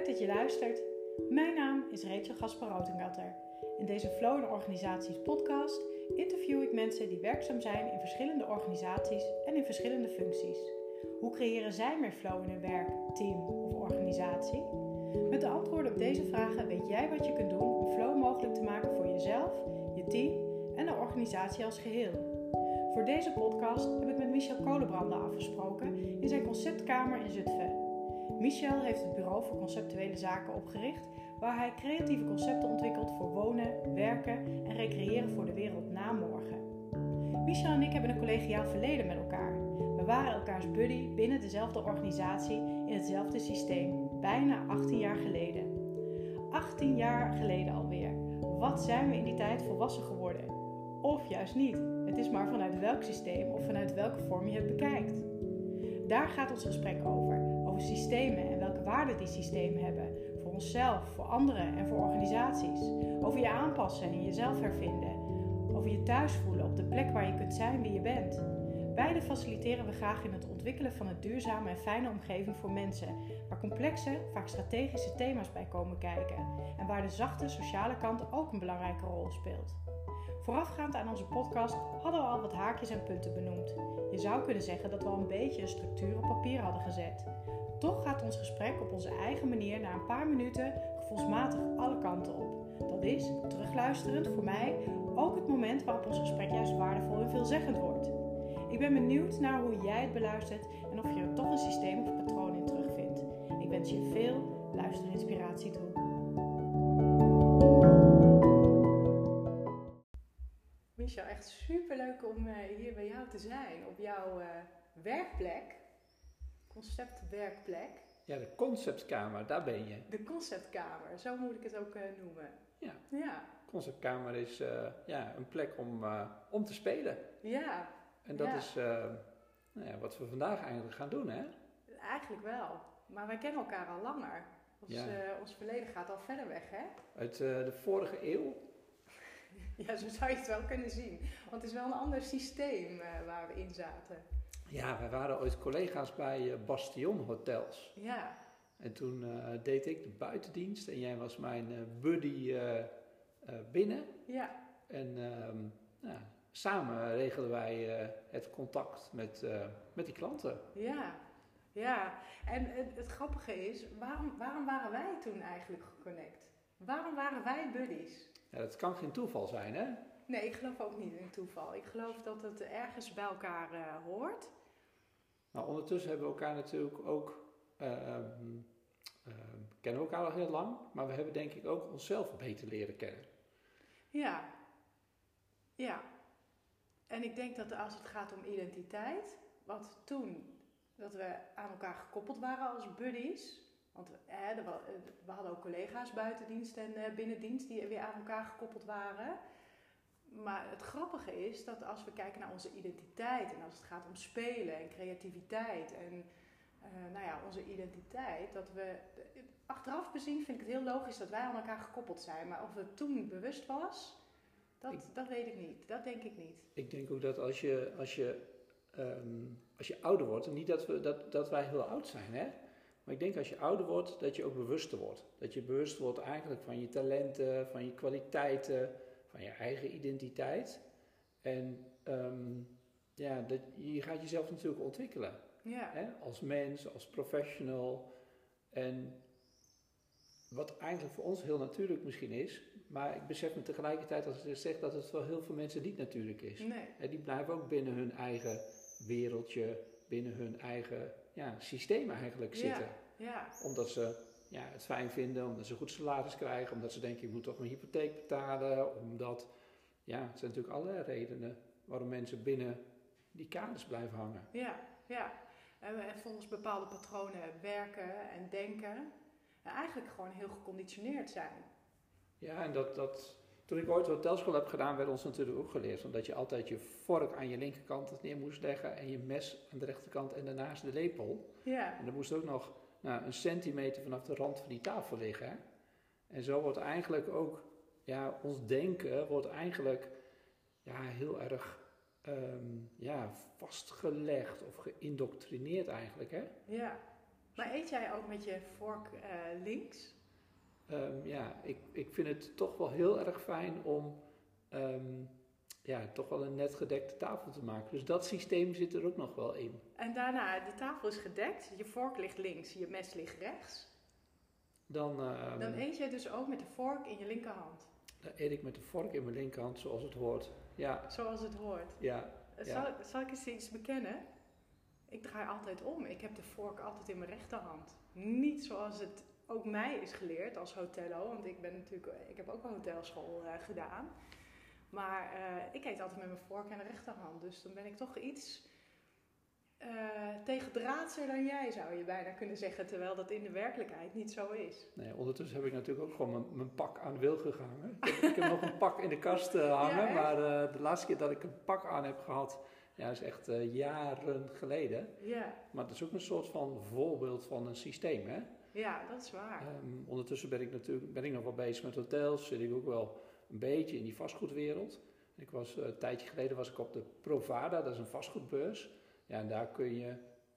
dat je luistert. Mijn naam is Rachel Gasper-Rotengatter. In deze Flow in Organisaties podcast interview ik mensen die werkzaam zijn in verschillende organisaties en in verschillende functies. Hoe creëren zij meer flow in hun werk, team of organisatie? Met de antwoorden op deze vragen weet jij wat je kunt doen om flow mogelijk te maken voor jezelf, je team en de organisatie als geheel. Voor deze podcast heb ik met Michel Kolenbrander afgesproken in zijn conceptkamer in Zutphen. Michel heeft het bureau voor conceptuele zaken opgericht, waar hij creatieve concepten ontwikkelt voor wonen, werken en recreëren voor de wereld na morgen. Michel en ik hebben een collegiaal verleden met elkaar. We waren elkaars buddy binnen dezelfde organisatie in hetzelfde systeem, bijna 18 jaar geleden. 18 jaar geleden alweer. Wat zijn we in die tijd volwassen geworden? Of juist niet. Het is maar vanuit welk systeem of vanuit welke vorm je het bekijkt. Daar gaat ons gesprek over systemen en welke waarde die systemen hebben. Voor onszelf, voor anderen en voor organisaties. Over je aanpassen en jezelf hervinden. Over je thuis voelen op de plek waar je kunt zijn wie je bent. Beide faciliteren we graag in het ontwikkelen van een duurzame en fijne omgeving voor mensen, waar complexe, vaak strategische thema's bij komen kijken en waar de zachte sociale kant ook een belangrijke rol speelt. Voorafgaand aan onze podcast hadden we al wat haakjes en punten benoemd. Je zou kunnen zeggen dat we al een beetje een structuur op papier hadden gezet. Toch gaat ons gesprek op onze eigen manier na een paar minuten gevoelsmatig alle kanten op. Dat is, terugluisterend voor mij, ook het moment waarop ons gesprek juist waardevol en veelzeggend wordt. Ik ben benieuwd naar hoe jij het beluistert en of je er toch een systeem of patroon in terugvindt. Ik wens je veel luisterinspiratie toe. Michel, echt superleuk om hier bij jou te zijn, op jouw werkplek, conceptwerkplek. Ja, de conceptkamer, daar ben je. De conceptkamer, zo moet ik het ook noemen. Ja. Conceptkamer is een plek om te spelen. Ja. En dat is wat we vandaag eigenlijk gaan doen, hè? Eigenlijk wel, maar wij kennen elkaar al langer. Ons verleden gaat al verder weg, hè? Uit de vorige eeuw. Ja, zo zou je het wel kunnen zien. Want het is wel een ander systeem waar we in zaten. Ja, wij waren ooit collega's bij Bastion Hotels. Ja. En toen deed ik de buitendienst en jij was mijn buddy binnen. Ja. En samen regelden wij het contact met die klanten. Ja. En het grappige is, waarom waren wij toen eigenlijk geconnect? Waarom waren wij buddies? Ja, dat kan geen toeval zijn, hè? Nee, ik geloof ook niet in toeval. Ik geloof dat het ergens bij elkaar hoort. Maar ondertussen hebben we elkaar natuurlijk ook, kennen we elkaar al heel lang, maar we hebben denk ik ook onszelf beter leren kennen. Ja. En ik denk dat als het gaat om identiteit, wat toen, dat we aan elkaar gekoppeld waren als buddies. Want we hadden ook collega's buitendienst en binnendienst die weer aan elkaar gekoppeld waren. Maar het grappige is dat als we kijken naar onze identiteit en als het gaat om spelen en creativiteit en onze identiteit, dat we achteraf bezien vind ik het heel logisch dat wij aan elkaar gekoppeld zijn. Maar of het toen bewust was, dat weet ik niet. Dat denk ik niet. Ik denk ook dat als je ouder wordt, en niet dat wij heel oud zijn, hè? Maar ik denk als je ouder wordt, dat je ook bewuster wordt. Dat je bewust wordt eigenlijk van je talenten, van je kwaliteiten, van je eigen identiteit. En je gaat jezelf natuurlijk ontwikkelen. Ja. Hè? Als mens, als professional. En wat eigenlijk voor ons heel natuurlijk misschien is, maar ik besef me tegelijkertijd als ik zeg dat het voor heel veel mensen niet natuurlijk is. Nee. Die blijven ook binnen hun eigen wereldje, binnen hun eigen systeem eigenlijk zitten. Ja. Omdat ze het fijn vinden, omdat ze goed salaris krijgen, omdat ze denken ik moet toch mijn hypotheek betalen, omdat, het zijn natuurlijk allerlei redenen waarom mensen binnen die kaders blijven hangen. Ja. En volgens bepaalde patronen werken en denken en eigenlijk gewoon heel geconditioneerd zijn. Ja, en toen ik ooit de hotelschool heb gedaan, werd ons natuurlijk ook geleerd. Omdat je altijd je vork aan je linkerkant neer moest leggen en je mes aan de rechterkant en daarnaast de lepel. Ja. En er moest ook nog een centimeter vanaf de rand van die tafel liggen. Hè? En zo wordt eigenlijk ook, ons denken wordt eigenlijk heel erg vastgelegd of geïndoctrineerd eigenlijk. Hè? Ja. Maar eet jij ook met je vork links? Ik vind het toch wel heel erg fijn om toch wel een net gedekte tafel te maken. Dus dat systeem zit er ook nog wel in. En daarna, de tafel is gedekt, je vork ligt links, je mes ligt rechts. Dan eet je dus ook met de vork in je linkerhand. Dan eet ik met de vork in mijn linkerhand zoals het hoort. Ja. Zoals het hoort. Ja. Zal ik eens iets bekennen? Ik draai altijd om. Ik heb de vork altijd in mijn rechterhand. Niet zoals het ook mij is geleerd als hotello. Want ik heb ook een hotelschool gedaan. Maar ik eet altijd met mijn vork in de rechterhand. Dus dan ben ik toch iets tegendraadser dan jij, zou je bijna kunnen zeggen. Terwijl dat in de werkelijkheid niet zo is. Nee, ondertussen heb ik natuurlijk ook gewoon mijn pak aan wil gehangen. Ik heb nog een pak in de kast hangen. Ja, maar de laatste keer dat ik een pak aan heb gehad, is echt jaren geleden. Ja. Maar het is ook een soort van voorbeeld van een systeem, hè? Ja, dat is waar. Ondertussen ben ik nog wel bezig met hotels. Zit ik ook wel een beetje in die vastgoedwereld. Een tijdje geleden was ik op de Provada, dat is een vastgoedbeurs. Ja, en daar kun je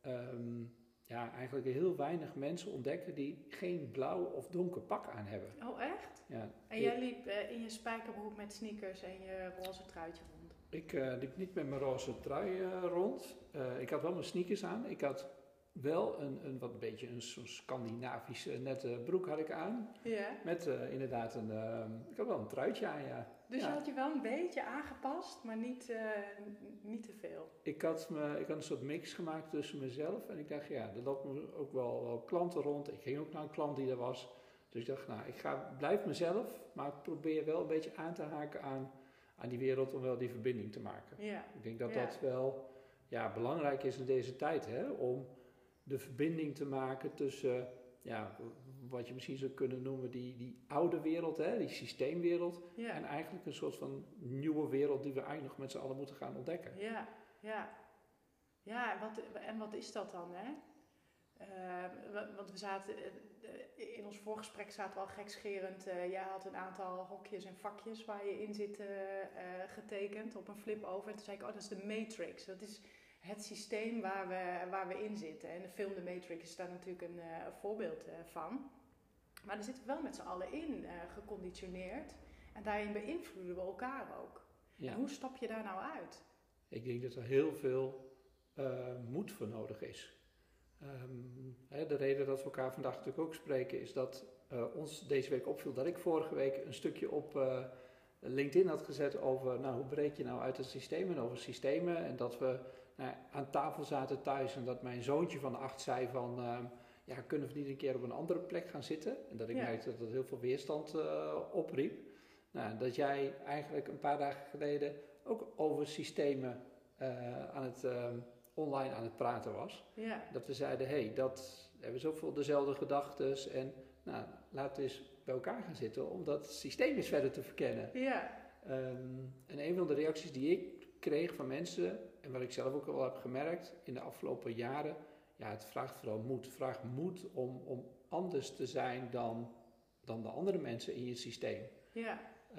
eigenlijk heel weinig mensen ontdekken die geen blauw of donker pak aan hebben. Oh, echt? Ja. En jij liep in je spijkerbroek met sneakers en je roze truitje rond? Ik liep niet met mijn roze trui rond. Ik had wel mijn sneakers aan. Ik had wel een zo'n Scandinavische nette broek had ik aan. Ja. Met inderdaad ik had wel een truitje aan, ja. Dus je had je wel een beetje aangepast, maar niet te veel. Ik had een soort mix gemaakt tussen mezelf en ik dacht, er lopen ook wel klanten rond. Ik ging ook naar een klant die er was. Dus ik dacht, blijf mezelf, maar ik probeer wel een beetje aan te haken aan die wereld om wel die verbinding te maken. Ja. Ik denk dat dat wel belangrijk is in deze tijd, hè, om de verbinding te maken tussen wat je misschien zou kunnen noemen die oude wereld, hè, die systeemwereld. Ja. En eigenlijk een soort van nieuwe wereld die we eigenlijk nog met z'n allen moeten gaan ontdekken. Ja, ja. Ja, en wat is dat dan, hè? Want we zaten, in ons voorgesprek zaten we al gekscherend. Jij had een aantal hokjes en vakjes waar je in zit getekend op een flip-over. En toen zei ik, dat is de Matrix. Dat is het systeem waar we in zitten. En de film The Matrix is daar natuurlijk een voorbeeld van. Maar daar zitten we wel met z'n allen in, geconditioneerd. En daarin beïnvloeden we elkaar ook. Ja. En hoe stap je daar nou uit? Ik denk dat er heel veel moed voor nodig is. De reden dat we elkaar vandaag natuurlijk ook spreken is dat ons deze week opviel dat ik vorige week een stukje op LinkedIn had gezet over hoe breek je nou uit het systeem en over systemen. En dat we aan tafel zaten thuis en dat mijn zoontje van 8 zei van kunnen we niet een keer op een andere plek gaan zitten? En dat ik merkte dat het heel veel weerstand opriep. Dat jij eigenlijk een paar dagen geleden ook over systemen online aan het praten was. Ja. Dat we zeiden, dat hebben zoveel dezelfde gedachtes en laten we eens bij elkaar gaan zitten om dat systeem eens verder te verkennen. Ja. En een van de reacties die ik kreeg van mensen, en wat ik zelf ook al heb gemerkt in de afgelopen jaren, het vraagt vooral moed. Het vraagt moed om anders te zijn dan de andere mensen in je systeem. Ja.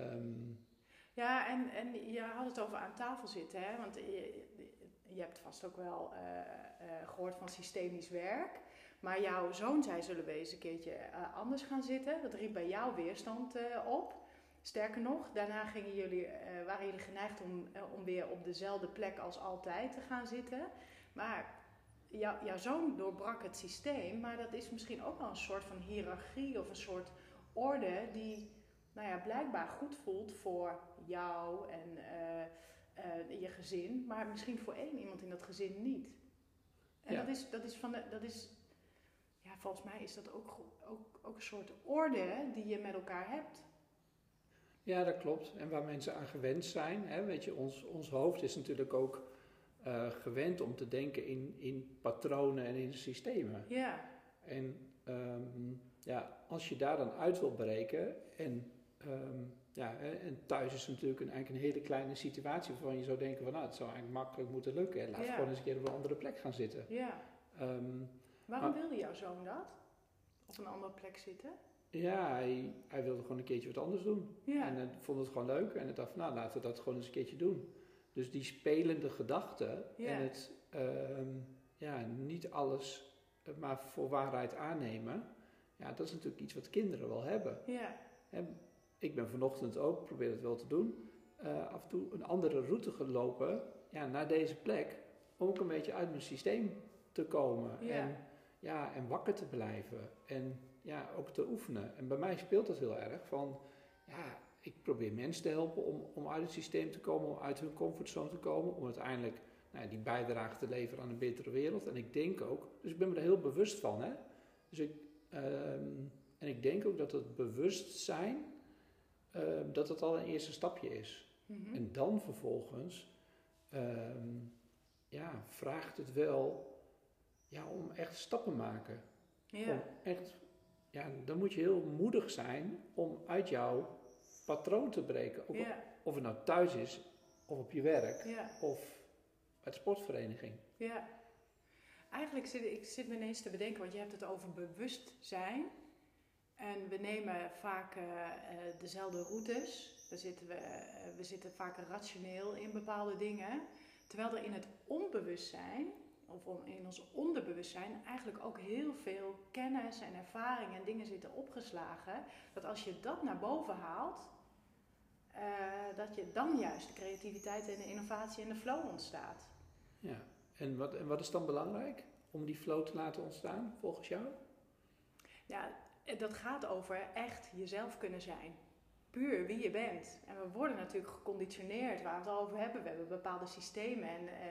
En je had het over aan tafel zitten, hè? Want je hebt vast ook wel gehoord van systemisch werk. Maar jouw zoon zei, zullen we eens een keertje anders gaan zitten? Dat riep bij jou weerstand op. Sterker nog, daarna waren jullie geneigd om weer op dezelfde plek als altijd te gaan zitten. Maar jouw zoon doorbrak het systeem. Maar dat is misschien ook wel een soort van hiërarchie of een soort orde die blijkbaar goed voelt voor jou en je gezin, maar misschien voor één iemand in dat gezin niet. En dat is volgens mij is dat ook een soort orde die je met elkaar hebt. Ja, dat klopt. En waar mensen aan gewend zijn, hè, weet je, ons hoofd is natuurlijk ook gewend om te denken in patronen en in systemen. Ja. En als je daar dan uit wil breken en thuis is natuurlijk eigenlijk een hele kleine situatie waarvan je zou denken van het zou eigenlijk makkelijk moeten lukken. Laat gewoon eens een keer op een andere plek gaan zitten. Ja. Waarom wilde jouw zoon dat? Op een andere plek zitten? Ja, hij wilde gewoon een keertje wat anders doen. Ja. En hij vond het gewoon leuk en hij dacht van laten we dat gewoon eens een keertje doen. Dus die spelende gedachten en het niet alles maar voor waarheid aannemen, ja, dat is natuurlijk iets wat kinderen wel hebben. Ja. En ik ben vanochtend ook, probeer het wel te doen, af en toe een andere route gelopen naar deze plek, om ook een beetje uit mijn systeem te komen. En wakker te blijven en ook te oefenen. En bij mij speelt dat heel erg van, ik probeer mensen te helpen om uit het systeem te komen, om uit hun comfortzone te komen, om uiteindelijk die bijdrage te leveren aan een betere wereld. En ik denk ook, dus ik ben me er heel bewust van. Hè? Dus ik denk ook dat het bewustzijn, dat het al een eerste stapje is. Mm-hmm. En dan vervolgens vraagt het wel om echt stappen maken. Ja. Om echt, dan moet je heel moedig zijn om uit jouw patroon te breken. Of het nou thuis is, of op je werk, of bij de sportvereniging. Ja. Eigenlijk zit me ineens te bedenken, want je hebt het over bewustzijn. En we nemen vaak dezelfde routes. We zitten vaak rationeel in bepaalde dingen. Terwijl er in het onbewustzijn, of in ons onderbewustzijn, eigenlijk ook heel veel kennis en ervaring en dingen zitten opgeslagen. Dat als je dat naar boven haalt, dat je dan juist de creativiteit en de innovatie en de flow ontstaat. Ja, en wat is dan belangrijk om die flow te laten ontstaan, volgens jou? Ja, dat gaat over echt jezelf kunnen zijn. Puur wie je bent. En we worden natuurlijk geconditioneerd waar we het over hebben. We hebben bepaalde systemen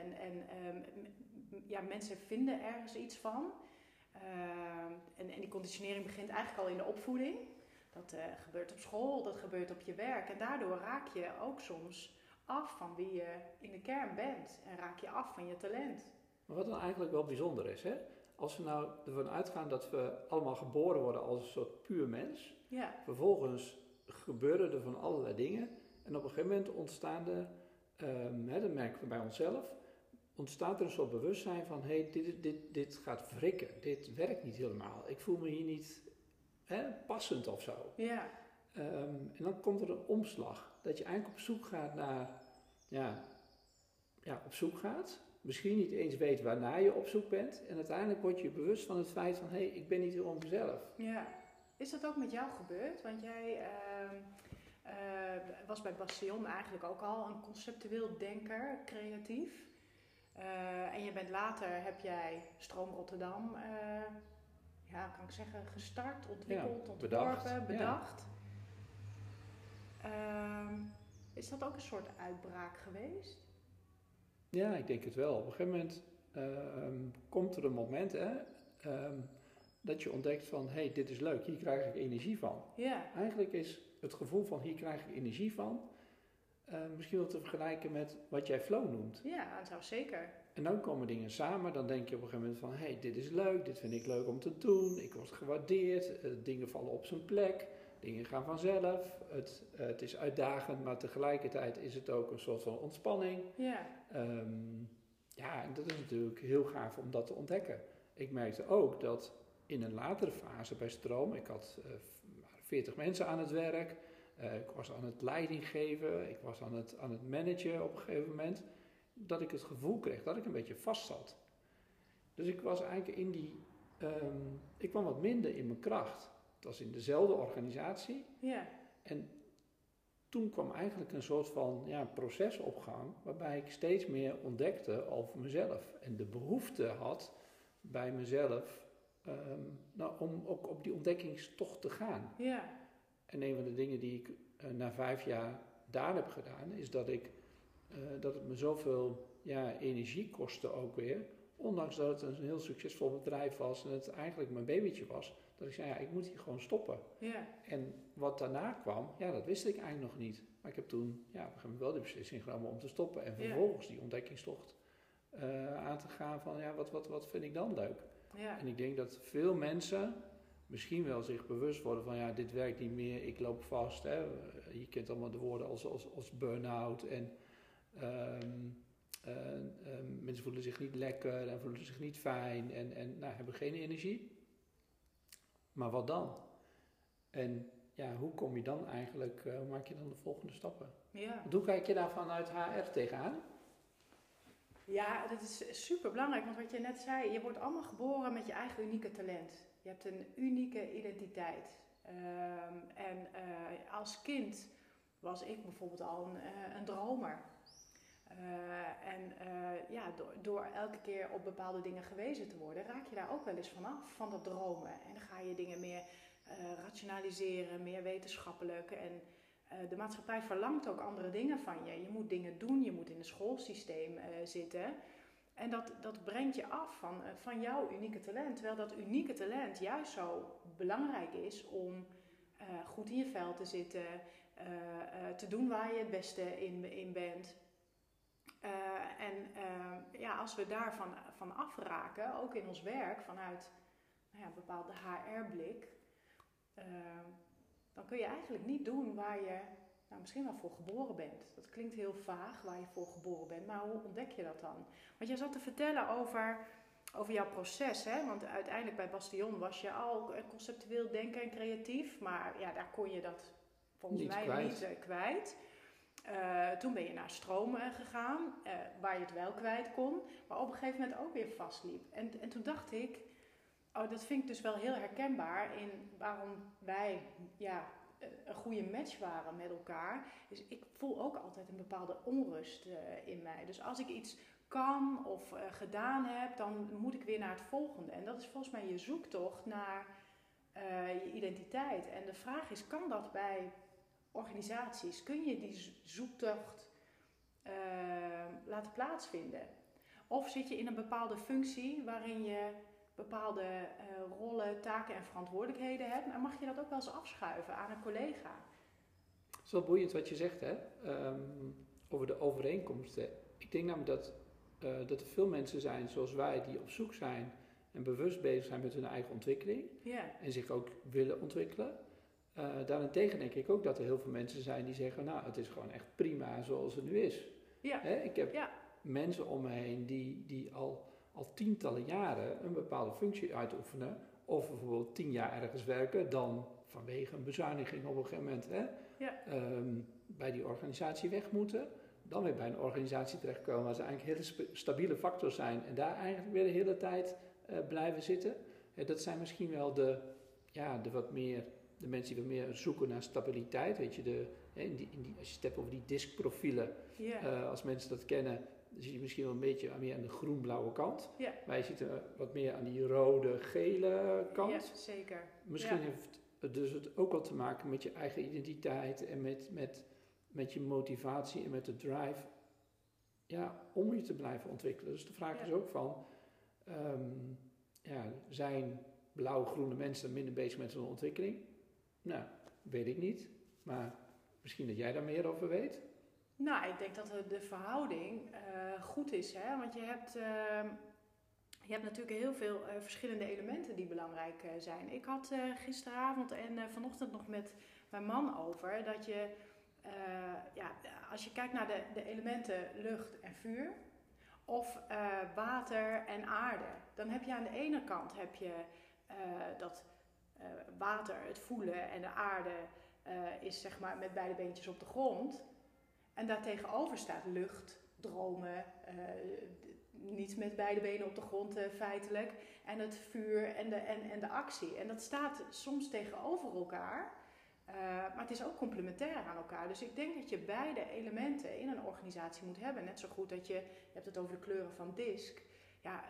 en mensen vinden ergens iets van. En die conditionering begint eigenlijk al in de opvoeding. Dat gebeurt op school, dat gebeurt op je werk. En daardoor raak je ook soms af van wie je in de kern bent. En raak je af van je talent. Maar wat dan eigenlijk wel bijzonder is, hè? Als we nou ervan uitgaan dat we allemaal geboren worden als een soort puur mens. Ja. Vervolgens gebeuren er van allerlei dingen. En op een gegeven moment ontstaan er, dat merken we bij onszelf, ontstaat er een soort bewustzijn van, dit gaat wrikken. Dit werkt niet helemaal. Ik voel me hier niet passend of zo. Ja. En dan komt er een omslag. Dat je eigenlijk op zoek gaat naar, op zoek gaat. Misschien niet eens weet waarnaar je op zoek bent. En uiteindelijk word je bewust van het feit van, ik ben niet helemaal mezelf. Ja. Is dat ook met jou gebeurd? Want jij was bij Bastion eigenlijk ook al een conceptueel denker, creatief. En je bent later, heb jij Stroom Rotterdam, kan ik zeggen, gestart, ontwikkeld, ontworpen, bedacht. Is dat ook een soort uitbraak geweest? Ja, ik denk het wel. Op een gegeven moment komt er een moment dat je ontdekt van, dit is leuk, hier krijg ik energie van. Ja. Eigenlijk is het gevoel van, hier krijg ik energie van, misschien wel te vergelijken met wat jij flow noemt. Ja, dat zou zeker. En dan komen dingen samen, dan denk je op een gegeven moment van, dit is leuk, dit vind ik leuk om te doen, ik word gewaardeerd, dingen vallen op zijn plek, dingen gaan vanzelf, het is uitdagend, maar tegelijkertijd is het ook een soort van ontspanning. Ja. En dat is natuurlijk heel gaaf om dat te ontdekken. Ik merkte ook dat in een latere fase bij Stroom, ik had 40 mensen aan het werk, ik was aan het leiding geven, ik was aan het managen op een gegeven moment, dat ik het gevoel kreeg dat ik een beetje vast zat. Dus ik was eigenlijk ik kwam wat minder in mijn kracht. Het was in dezelfde organisatie. Ja. En toen kwam eigenlijk een soort van proces op gang, waarbij ik steeds meer ontdekte over mezelf. En de behoefte had bij mezelf om ook op die ontdekkingstocht te gaan. Ja. En een van de dingen die ik na 5 jaar daar heb gedaan, is dat het me zoveel energie kostte ook weer. Ondanks dat het een heel succesvol bedrijf was en het eigenlijk mijn babytje was. Dat ik zei, ik moet hier gewoon stoppen. Ja. En wat daarna kwam, dat wist ik eigenlijk nog niet. Maar ik heb toen op een gegeven moment wel de beslissing genomen om te stoppen. En vervolgens die ontdekkingstocht aan te gaan van, wat vind ik dan leuk? Ja. En ik denk dat veel mensen misschien wel zich bewust worden van, dit werkt niet meer, ik loop vast. Hè. Je kent allemaal de woorden als burn-out en mensen voelen zich niet lekker en voelen zich niet fijn en hebben geen energie. Maar wat dan? En hoe kom je dan eigenlijk, hoe maak je dan de volgende stappen? Ja. Want hoe kijk je daar vanuit HR tegenaan? Ja, dat is super belangrijk, want wat je net zei, je wordt allemaal geboren met je eigen unieke talent. Je hebt een unieke identiteit. Als kind was ik bijvoorbeeld al een dromer. Door elke keer op bepaalde dingen gewezen te worden, raak je daar ook wel eens vanaf, van dat dromen. En dan ga je dingen meer rationaliseren, meer wetenschappelijk. En de maatschappij verlangt ook andere dingen van je. Je moet dingen doen, je moet in het schoolsysteem zitten. En dat brengt je af van jouw unieke talent. Terwijl dat unieke talent juist zo belangrijk is om goed in je vel te zitten, te doen waar je het beste in bent. Als we daarvan afraken, ook in ons werk, vanuit een bepaalde HR-blik, dan kun je eigenlijk niet doen waar je misschien wel voor geboren bent. Dat klinkt heel vaag, waar je voor geboren bent, maar hoe ontdek je dat dan? Want jij zat te vertellen over jouw proces, hè? Want uiteindelijk bij Bastion was je al conceptueel denken en creatief, maar ja, daar kon je dat volgens mij niet kwijt. Toen ben je naar Stroom gegaan, waar je het wel kwijt kon, maar op een gegeven moment ook weer vastliep. En toen dacht ik, dat vind ik dus wel heel herkenbaar in waarom wij een goede match waren met elkaar. Dus ik voel ook altijd een bepaalde onrust in mij. Dus als ik iets kan of gedaan heb, dan moet ik weer naar het volgende. En dat is volgens mij je zoektocht naar je identiteit. En de vraag is, kan dat bij organisaties? Kun je die zoektocht laten plaatsvinden? Of zit je in een bepaalde functie waarin je bepaalde rollen, taken en verantwoordelijkheden hebt, en mag je dat ook wel eens afschuiven aan een collega? Het is wel boeiend wat je zegt, hè? Over de overeenkomsten. Ik denk namelijk dat er veel mensen zijn zoals wij die op zoek zijn en bewust bezig zijn met hun eigen ontwikkeling. Yeah. En zich ook willen ontwikkelen. Daarentegen denk ik ook dat er heel veel mensen zijn die zeggen, nou, het is gewoon echt prima zoals het nu is. Yeah. Ik heb mensen om me heen die al tientallen jaren een bepaalde functie uitoefenen. Of bijvoorbeeld 10 jaar ergens werken, dan vanwege een bezuiniging op een gegeven moment bij die organisatie weg moeten. Dan weer bij een organisatie terechtkomen waar ze eigenlijk hele stabiele factor zijn. En daar eigenlijk weer de hele tijd blijven zitten. Dat zijn misschien wel de mensen die wat meer zoeken naar stabiliteit. Weet je, als je het hebt over die diskprofielen, als mensen dat kennen, dan zie je misschien wel een beetje meer aan de groen-blauwe kant. Yeah. Maar je ziet er wat meer aan die rode-gele kant. Ja, zeker. Misschien heeft het dus het ook wel te maken met je eigen identiteit en met je motivatie en met de drive om je te blijven ontwikkelen. Dus de vraag is ook van, zijn blauw-groene mensen minder bezig met hun ontwikkeling? Nou, weet ik niet. Maar misschien dat jij daar meer over weet. Nou, ik denk dat de verhouding goed is. Hè? Want je hebt natuurlijk heel veel verschillende elementen die belangrijk zijn. Ik had gisteravond en vanochtend nog met mijn man over dat je, als je kijkt naar de elementen lucht en vuur, of water en aarde, dan heb je aan de ene kant dat water, het voelen, en de aarde is zeg maar met beide beentjes op de grond. En daartegenover staat lucht, dromen, niet met beide benen op de grond feitelijk. En het vuur en de actie. En dat staat soms tegenover elkaar. Maar het is ook complementair aan elkaar. Dus ik denk dat je beide elementen in een organisatie moet hebben. Net zo goed dat je hebt het over de kleuren van DISC. Ja,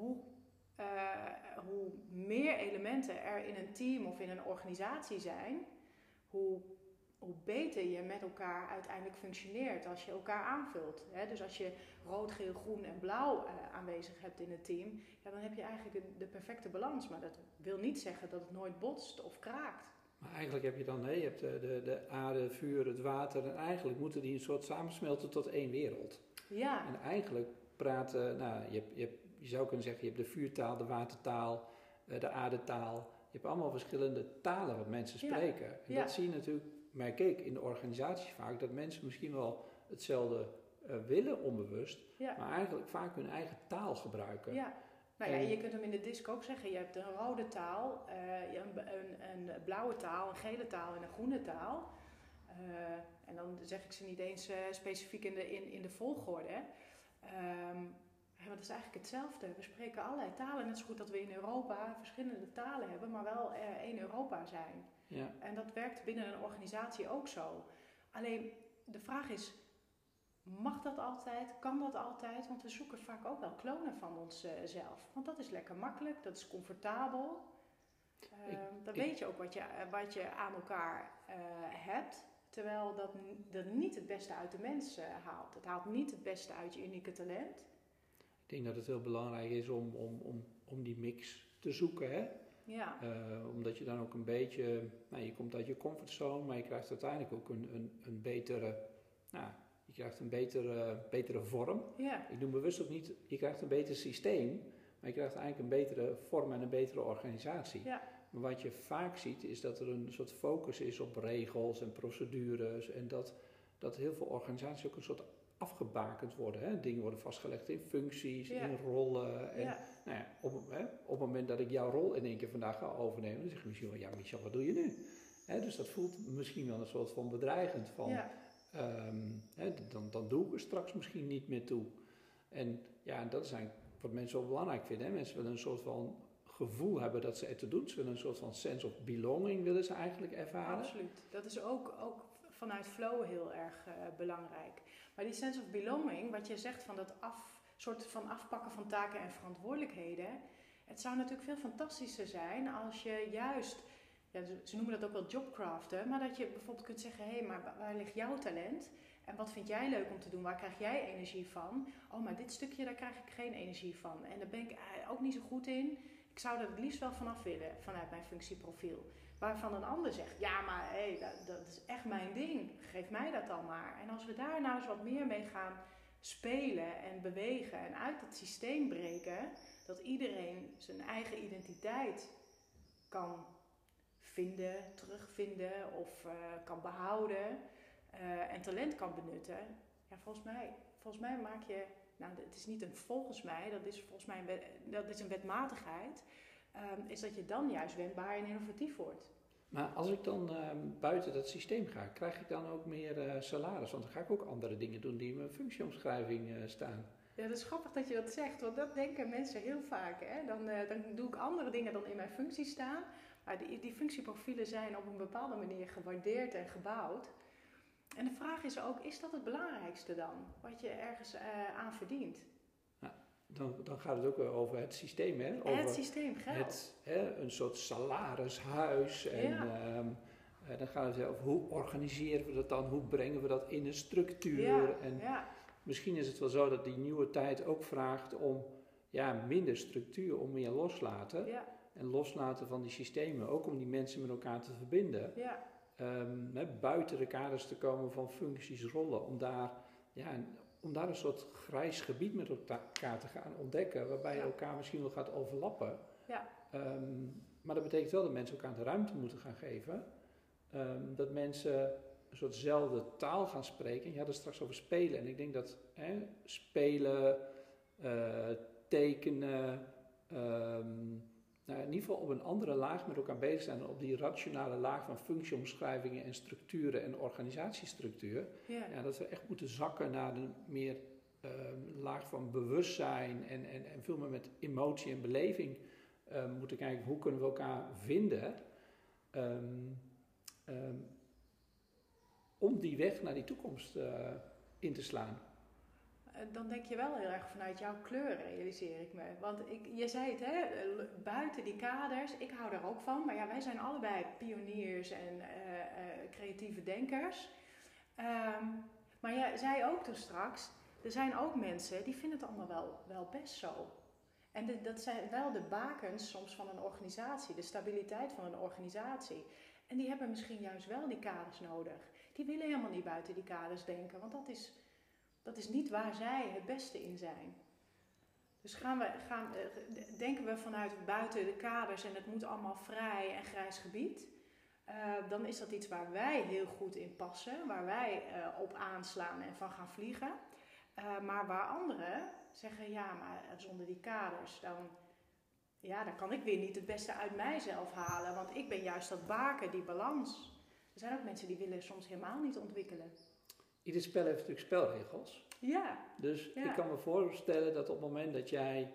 hoe meer elementen er in een team of in een organisatie zijn, hoe beter je met elkaar uiteindelijk functioneert als je elkaar aanvult. Hè? Dus als je rood, geel, groen en blauw aanwezig hebt in het team, dan heb je eigenlijk de perfecte balans. Maar dat wil niet zeggen dat het nooit botst of kraakt. Maar eigenlijk heb je dan, je hebt de aarde, vuur, het water, en eigenlijk moeten die een soort samensmelten tot één wereld. Ja. En eigenlijk praten, je zou kunnen zeggen, je hebt de vuurtaal, de watertaal, de aardetaal. Je hebt allemaal verschillende talen wat mensen spreken. En dat zie je natuurlijk, merk ik, in de organisaties vaak, dat mensen misschien wel hetzelfde willen onbewust, maar eigenlijk vaak hun eigen taal gebruiken. Ja. Nou ja, je kunt hem in de DISC ook zeggen, je hebt een rode taal, een blauwe taal, een gele taal en een groene taal. En dan zeg ik ze niet eens specifiek in de volgorde. dat is eigenlijk hetzelfde. We spreken allerlei talen. Net zo goed dat we in Europa verschillende talen hebben, maar wel één Europa zijn. Ja. En dat werkt binnen een organisatie ook zo. Alleen de vraag is, mag dat altijd? Kan dat altijd? Want we zoeken vaak ook wel klonen van onszelf. Want dat is lekker makkelijk, dat is comfortabel. Dan weet je ook wat je aan elkaar hebt. Terwijl dat niet het beste uit de mens haalt. Het haalt niet het beste uit je unieke talent. Ik denk dat het heel belangrijk is om die mix te zoeken. Hè? Ja. Omdat je dan ook een beetje, je komt uit je comfortzone, maar je krijgt uiteindelijk ook een betere, je krijgt een betere vorm. Ja. Ik noem bewust ook niet, je krijgt een beter systeem, maar je krijgt eigenlijk een betere vorm en een betere organisatie. Ja. Maar wat je vaak ziet is dat er een soort focus is op regels en procedures en dat heel veel organisaties ook een soort afgebakend worden. Hè? Dingen worden vastgelegd in functies, in rollen. En op het moment dat ik jouw rol in één keer vandaag ga overnemen, dan zeg je misschien wel, ja Michel, wat doe je nu? Dus dat voelt misschien wel een soort van bedreigend. Dan doe ik er straks misschien niet meer toe. En dat is eigenlijk wat mensen wel belangrijk vinden. Hè? Mensen willen een soort van gevoel hebben dat ze er te doen. Ze willen een soort van sense of belonging willen ze eigenlijk ervaren. Absoluut. Dat is ook vanuit flow heel erg belangrijk. Maar die sense of belonging, wat je zegt van dat soort van afpakken van taken en verantwoordelijkheden. Het zou natuurlijk veel fantastischer zijn als je juist, ze noemen dat ook wel jobcraften, maar dat je bijvoorbeeld kunt zeggen, hé, maar waar ligt jouw talent? En wat vind jij leuk om te doen? Waar krijg jij energie van? Oh, maar dit stukje, daar krijg ik geen energie van. En daar ben ik ook niet zo goed in. Ik zou er het liefst wel vanaf willen, vanuit mijn functieprofiel. Waarvan een ander zegt, ja, maar dat is echt mijn ding. Geef mij dat dan maar. En als we daar nou eens wat meer mee gaan spelen en bewegen en uit het systeem breken, dat iedereen zijn eigen identiteit kan vinden, terugvinden of kan behouden en talent kan benutten. Ja, volgens mij maak je, het is niet een volgens mij, dat is volgens mij een wetmatigheid. Is dat je dan juist wendbaar en innovatief wordt. Maar als ik dan buiten dat systeem ga, krijg ik dan ook meer salaris? Want dan ga ik ook andere dingen doen die in mijn functieomschrijving staan. Ja, dat is grappig dat je dat zegt, want dat denken mensen heel vaak. Hè? Dan doe ik andere dingen dan in mijn functie staan. Maar die functieprofielen zijn op een bepaalde manier gewaardeerd en gebouwd. En de vraag is ook, is dat het belangrijkste dan? Wat je ergens aan verdient? Dan gaat het ook weer over het systeem, hè? Over het systeem, geld. Een soort salarishuis. En dan gaat het over hoe organiseren we dat dan? Hoe brengen we dat in een structuur? Misschien is het wel zo dat die nieuwe tijd ook vraagt om minder structuur, om meer loslaten. Ja. En loslaten van die systemen, ook om die mensen met elkaar te verbinden. Ja. Buiten de kaders te komen van functies, rollen, om daar een soort grijs gebied met elkaar te gaan ontdekken, waarbij je elkaar misschien wel gaat overlappen. Ja. Maar dat betekent wel dat mensen elkaar de ruimte moeten gaan geven. Dat mensen een soortzelfde taal gaan spreken. Je had het straks over spelen. En ik denk dat spelen, tekenen, in ieder geval op een andere laag met elkaar bezig zijn. Op die rationale laag van functieomschrijvingen en structuren en organisatiestructuur. Ja, dat we echt moeten zakken naar een meer laag van bewustzijn en veel meer met emotie en beleving moeten kijken hoe kunnen we elkaar vinden om die weg naar die toekomst in te slaan. Dan denk je wel heel erg vanuit jouw kleur, realiseer ik me. Want je zei het, buiten die kaders, ik hou daar ook van. Maar wij zijn allebei pioniers en creatieve denkers. Maar jij zei ook toen straks, er zijn ook mensen die vinden het allemaal wel best zo. En dat zijn wel de bakens soms van een organisatie, de stabiliteit van een organisatie. En die hebben misschien juist wel die kaders nodig. Die willen helemaal niet buiten die kaders denken, want dat is niet waar zij het beste in zijn. Dus denken we vanuit buiten de kaders en het moet allemaal vrij en grijs gebied. Dan is dat iets waar wij heel goed in passen, waar wij op aanslaan en van gaan vliegen. Maar waar anderen zeggen, maar zonder die kaders, dan kan ik weer niet het beste uit mijzelf halen. Want ik ben juist dat baken, die balans. Er zijn ook mensen die willen soms helemaal niet ontwikkelen. Ieder spel heeft natuurlijk spelregels. Ja. Dus Ja. ik kan me voorstellen dat op het moment dat jij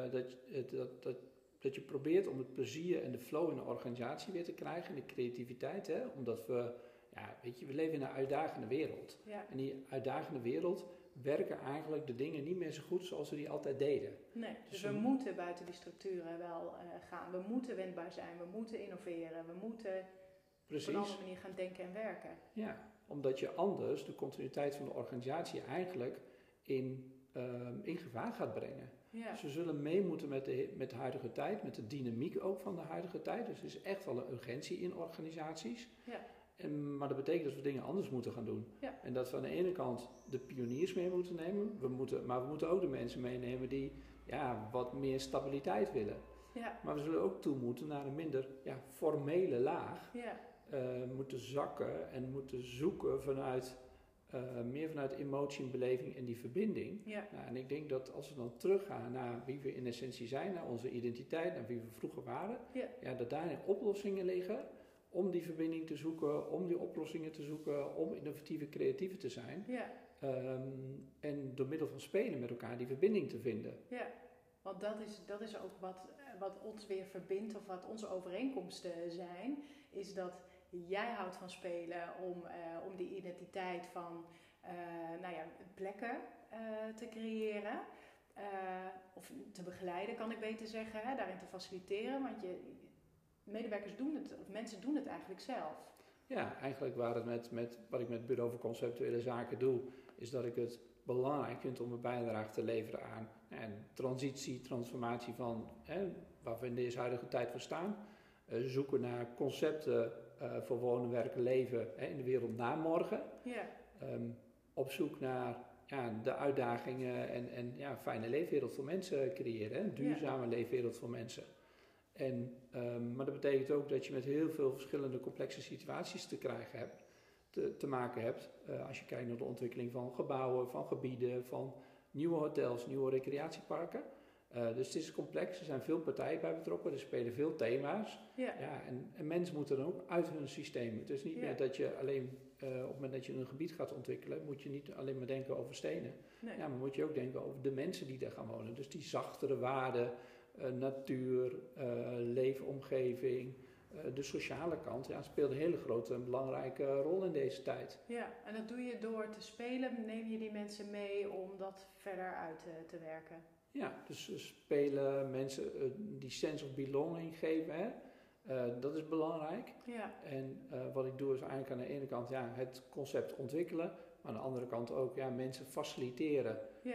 dat je probeert om het plezier en de flow in de organisatie weer te krijgen en de creativiteit, hè, omdat we leven in een uitdagende wereld. Ja. En die uitdagende wereld werken eigenlijk de dingen niet meer zo goed zoals we die altijd deden. Nee, dus we moeten buiten die structuren wel gaan. We moeten wendbaar zijn, we moeten innoveren, we moeten op een andere manier gaan denken en werken. Ja, omdat je anders de continuïteit van de organisatie eigenlijk in gevaar gaat brengen. Ja. Dus we zullen mee moeten met de huidige tijd, met de dynamiek ook van de huidige tijd. Dus er is echt wel een urgentie in organisaties. Ja. Maar dat betekent dat we dingen anders moeten gaan doen. Ja. En dat we aan de ene kant de pioniers mee moeten nemen, maar we moeten ook de mensen meenemen die wat meer stabiliteit willen. Ja. Maar we zullen ook toe moeten naar een minder formele laag. Ja. Moeten zakken en moeten zoeken meer vanuit emotie en beleving en die verbinding. Ja. Nou, en ik denk dat als we dan teruggaan naar wie we in essentie zijn, naar onze identiteit, naar wie we vroeger waren, dat daarin oplossingen liggen om die verbinding te zoeken, om die oplossingen te zoeken, om innovatieve, creatieve te zijn. Ja. En door middel van spelen met elkaar die verbinding te vinden. Ja, want dat is ook wat ons weer verbindt of wat onze overeenkomsten zijn, is dat jij houdt van spelen om die identiteit van plekken te creëren. Of te begeleiden, kan ik beter zeggen, hè, daarin te faciliteren. Want medewerkers doen het, of mensen doen het eigenlijk zelf. Ja, eigenlijk wat ik met Bureau voor Conceptuele Zaken doe, is dat ik het belangrijk vind om een bijdrage te leveren aan transformatie van waar we in deze huidige tijd voor staan. Zoeken naar concepten voor wonen, werken, leven in de wereld na morgen. Ja. Op zoek naar de uitdagingen en fijne leefwereld voor mensen creëren. Een duurzame leefwereld voor mensen. Maar dat betekent ook dat je met heel veel verschillende complexe situaties te maken hebt. Als je kijkt naar de ontwikkeling van gebouwen, van gebieden, van nieuwe hotels, nieuwe recreatieparken. Dus het is complex, er zijn veel partijen bij betrokken, er spelen veel thema's. Ja. En mensen moeten dan ook uit hun systeem. Het is niet meer dat je alleen op het moment dat je een gebied gaat ontwikkelen, moet je niet alleen maar denken over stenen. Nee. Maar moet je ook denken over de mensen die daar gaan wonen. Dus die zachtere waarden, natuur, leefomgeving, de sociale kant speelt een hele grote en belangrijke rol in deze tijd. Ja, en dat doe je door te spelen. Neem je die mensen mee om dat verder uit te werken? Ja, dus spelen, mensen die sense of belonging geven, hè? Dat is belangrijk. Ja. En wat ik doe is eigenlijk aan de ene kant het concept ontwikkelen, maar aan de andere kant ook mensen faciliteren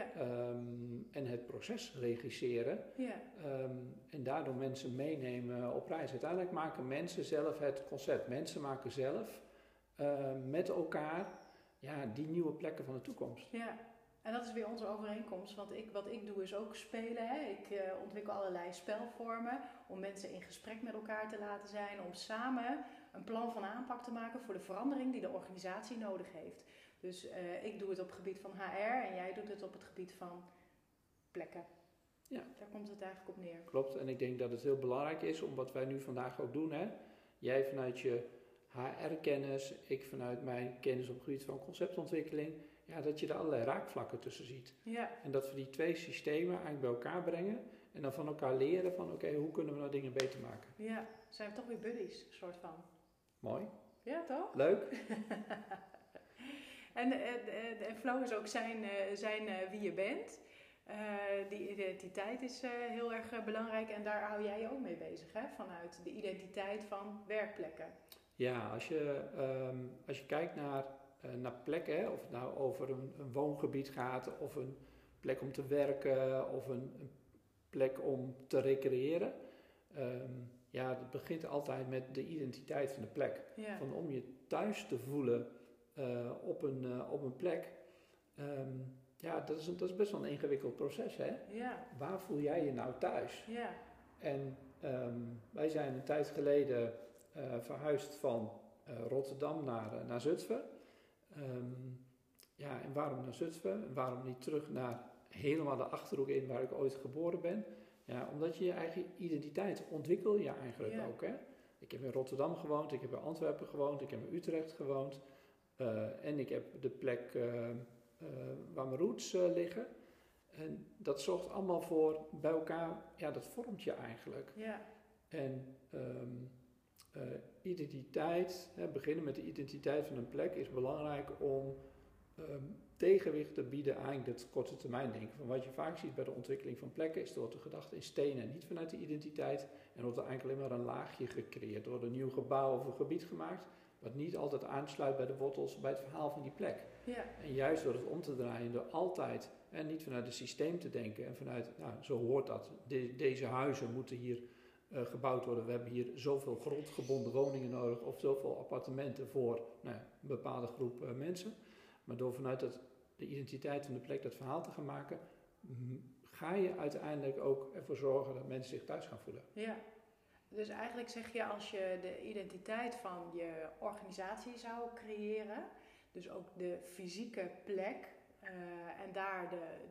en het proces regisseren. Ja. En daardoor mensen meenemen op reis. Uiteindelijk maken mensen zelf het concept. Mensen maken zelf met elkaar die nieuwe plekken van de toekomst. Ja. En dat is weer onze overeenkomst, want wat ik doe is ook spelen. Hè. Ik ontwikkel allerlei spelvormen om mensen in gesprek met elkaar te laten zijn, om samen een plan van aanpak te maken voor de verandering die de organisatie nodig heeft. Dus ik doe het op het gebied van HR en jij doet het op het gebied van plekken. Ja. Daar komt het eigenlijk op neer. Klopt, en ik denk dat het heel belangrijk is om wat wij nu vandaag ook doen. Hè. Jij vanuit je HR-kennis, ik vanuit mijn kennis op het gebied van conceptontwikkeling. Dat je er allerlei raakvlakken tussen ziet. Ja. En dat we die twee systemen eigenlijk bij elkaar brengen. En dan van elkaar leren van hoe kunnen we nou dingen beter maken. Ja, zijn we toch weer buddies, soort van. Mooi. Ja, toch? Leuk. En flow is ook zijn wie je bent. Die identiteit is heel erg belangrijk. En daar hou jij je ook mee bezig, hè? Vanuit de identiteit van werkplekken. Ja, als je kijkt naar plekken, hè, of het nou over een woongebied gaat, of een plek om te werken, of een plek om te recreëren. Het begint altijd met de identiteit van de plek. Ja. Van om je thuis te voelen op een plek. Dat is best wel een ingewikkeld proces, hè? Ja. Waar voel jij je nou thuis? Ja. En wij zijn een tijd geleden verhuisd van Rotterdam naar Zutphen. En waarom naar Zutphen? En waarom niet terug naar helemaal de Achterhoek in waar ik ooit geboren ben? Ja, omdat je je eigen identiteit ontwikkel je eigenlijk ook. Hè? Ik heb in Rotterdam gewoond, ik heb in Antwerpen gewoond, ik heb in Utrecht gewoond. En ik heb de plek waar mijn roots liggen. En dat zorgt allemaal voor bij elkaar, dat vormt je eigenlijk. Ja. En identiteit, beginnen met de identiteit van een plek is belangrijk om tegenwicht te bieden aan het korte termijn denken. Van wat je vaak ziet bij de ontwikkeling van plekken is door de gedachte in stenen en niet vanuit de identiteit. En wordt er eigenlijk alleen maar een laagje gecreëerd, door een nieuw gebouw of een gebied gemaakt, wat niet altijd aansluit bij de wortels, bij het verhaal van die plek. Ja. En juist door het om te draaien, door altijd en niet vanuit het systeem te denken en vanuit, zo hoort dat, deze huizen moeten hier gebouwd worden. We hebben hier zoveel grondgebonden woningen nodig of zoveel appartementen voor een bepaalde groep mensen. Maar door vanuit de identiteit van de plek dat verhaal te gaan maken, ga je uiteindelijk ook ervoor zorgen dat mensen zich thuis gaan voelen. Ja, dus eigenlijk zeg je, als je de identiteit van je organisatie zou creëren, dus ook de fysieke plek en daar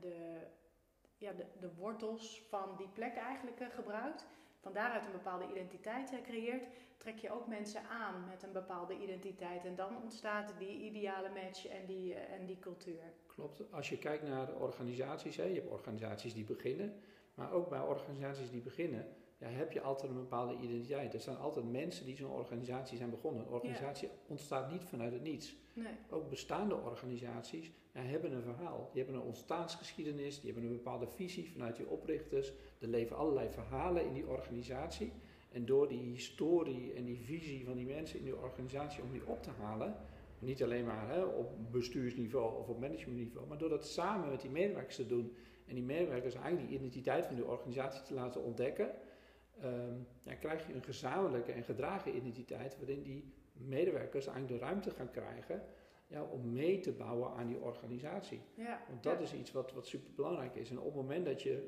de wortels van die plek eigenlijk gebruikt, van daaruit een bepaalde identiteit creëert, trek je ook mensen aan met een bepaalde identiteit. En dan ontstaat die ideale match en die cultuur. Klopt. Als je kijkt naar de organisaties, je hebt organisaties die beginnen, maar ook bij organisaties die beginnen, heb je altijd een bepaalde identiteit. Er zijn altijd mensen die zo'n organisatie zijn begonnen. Een organisatie ontstaat niet vanuit het niets. Nee. Ook bestaande organisaties hebben een verhaal. Die hebben een ontstaansgeschiedenis, die hebben een bepaalde visie vanuit die oprichters. Er leven allerlei verhalen in die organisatie. En door die historie en die visie van die mensen in die organisatie om die op te halen, niet alleen maar op bestuursniveau of op managementniveau, maar door dat samen met die medewerkers te doen en die medewerkers eigenlijk die identiteit van die organisatie te laten ontdekken, krijg je een gezamenlijke en gedragen identiteit waarin die medewerkers eigenlijk de ruimte gaan krijgen om mee te bouwen aan die organisatie. Ja. Want dat is iets wat super belangrijk is. En op het moment dat je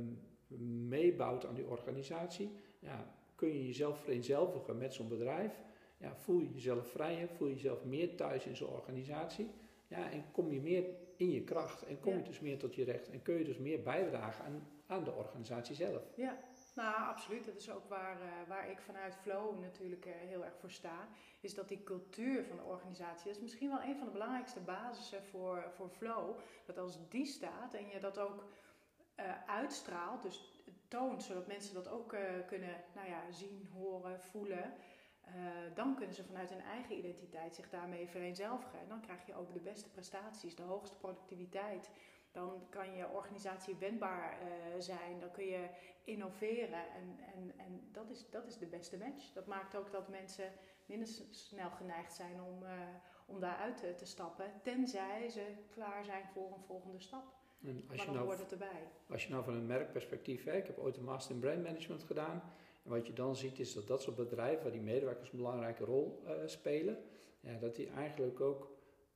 meebouwt aan die organisatie, kun je jezelf vereenzelvigen met zo'n bedrijf. Voel je jezelf vrijer, voel je jezelf meer thuis in zo'n organisatie. En kom je meer in je kracht en kom je dus meer tot je recht. En kun je dus meer bijdragen aan de organisatie zelf. Ja, nou absoluut. Dat is ook waar ik vanuit Flow natuurlijk heel erg voor sta. Is dat die cultuur van de organisatie, dat is misschien wel een van de belangrijkste basissen voor Flow. Dat als die staat en je dat ook uitstraalt, dus toont, zodat mensen dat ook kunnen zien, horen, voelen. Dan kunnen ze vanuit hun eigen identiteit zich daarmee vereenzelvigen. En dan krijg je ook de beste prestaties, de hoogste productiviteit. Dan kan je organisatie wendbaar zijn. Dan kun je innoveren. En dat is de beste match. Dat maakt ook dat mensen minder snel geneigd zijn om daaruit te stappen. Tenzij ze klaar zijn voor een volgende stap. En maar dan hoort het erbij. Als je nou van een merkperspectief, ik heb ooit een master in brand management gedaan. En wat je dan ziet is dat soort bedrijven, waar die medewerkers een belangrijke rol spelen, dat die eigenlijk ook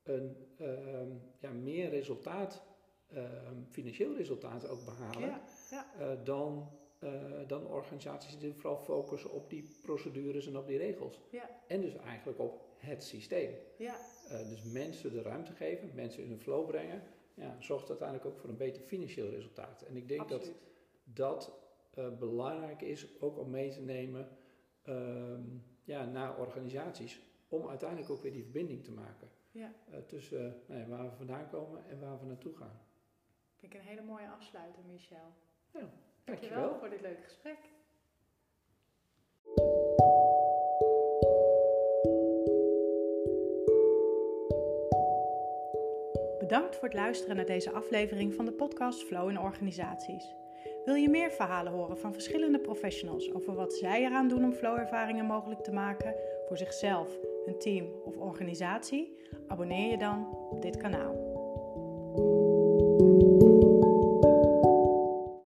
een meer resultaat, financieel resultaat ook behalen dan organisaties die vooral focussen op die procedures en op die regels. Ja. En dus eigenlijk op het systeem. Ja. Dus mensen de ruimte geven, mensen in een flow brengen, zorgt uiteindelijk ook voor een beter financieel resultaat. En ik denk dat belangrijk is ook om mee te nemen naar organisaties, om uiteindelijk ook weer die verbinding te maken tussen waar we vandaan komen en waar we naartoe gaan. Vind ik een hele mooie afsluiter, Michel. Ja, dankjewel voor dit leuke gesprek. Bedankt voor het luisteren naar deze aflevering van de podcast Flow in Organisaties. Wil je meer verhalen horen van verschillende professionals over wat zij eraan doen om flow-ervaringen mogelijk te maken voor zichzelf, hun team of organisatie? Abonneer je dan op dit kanaal.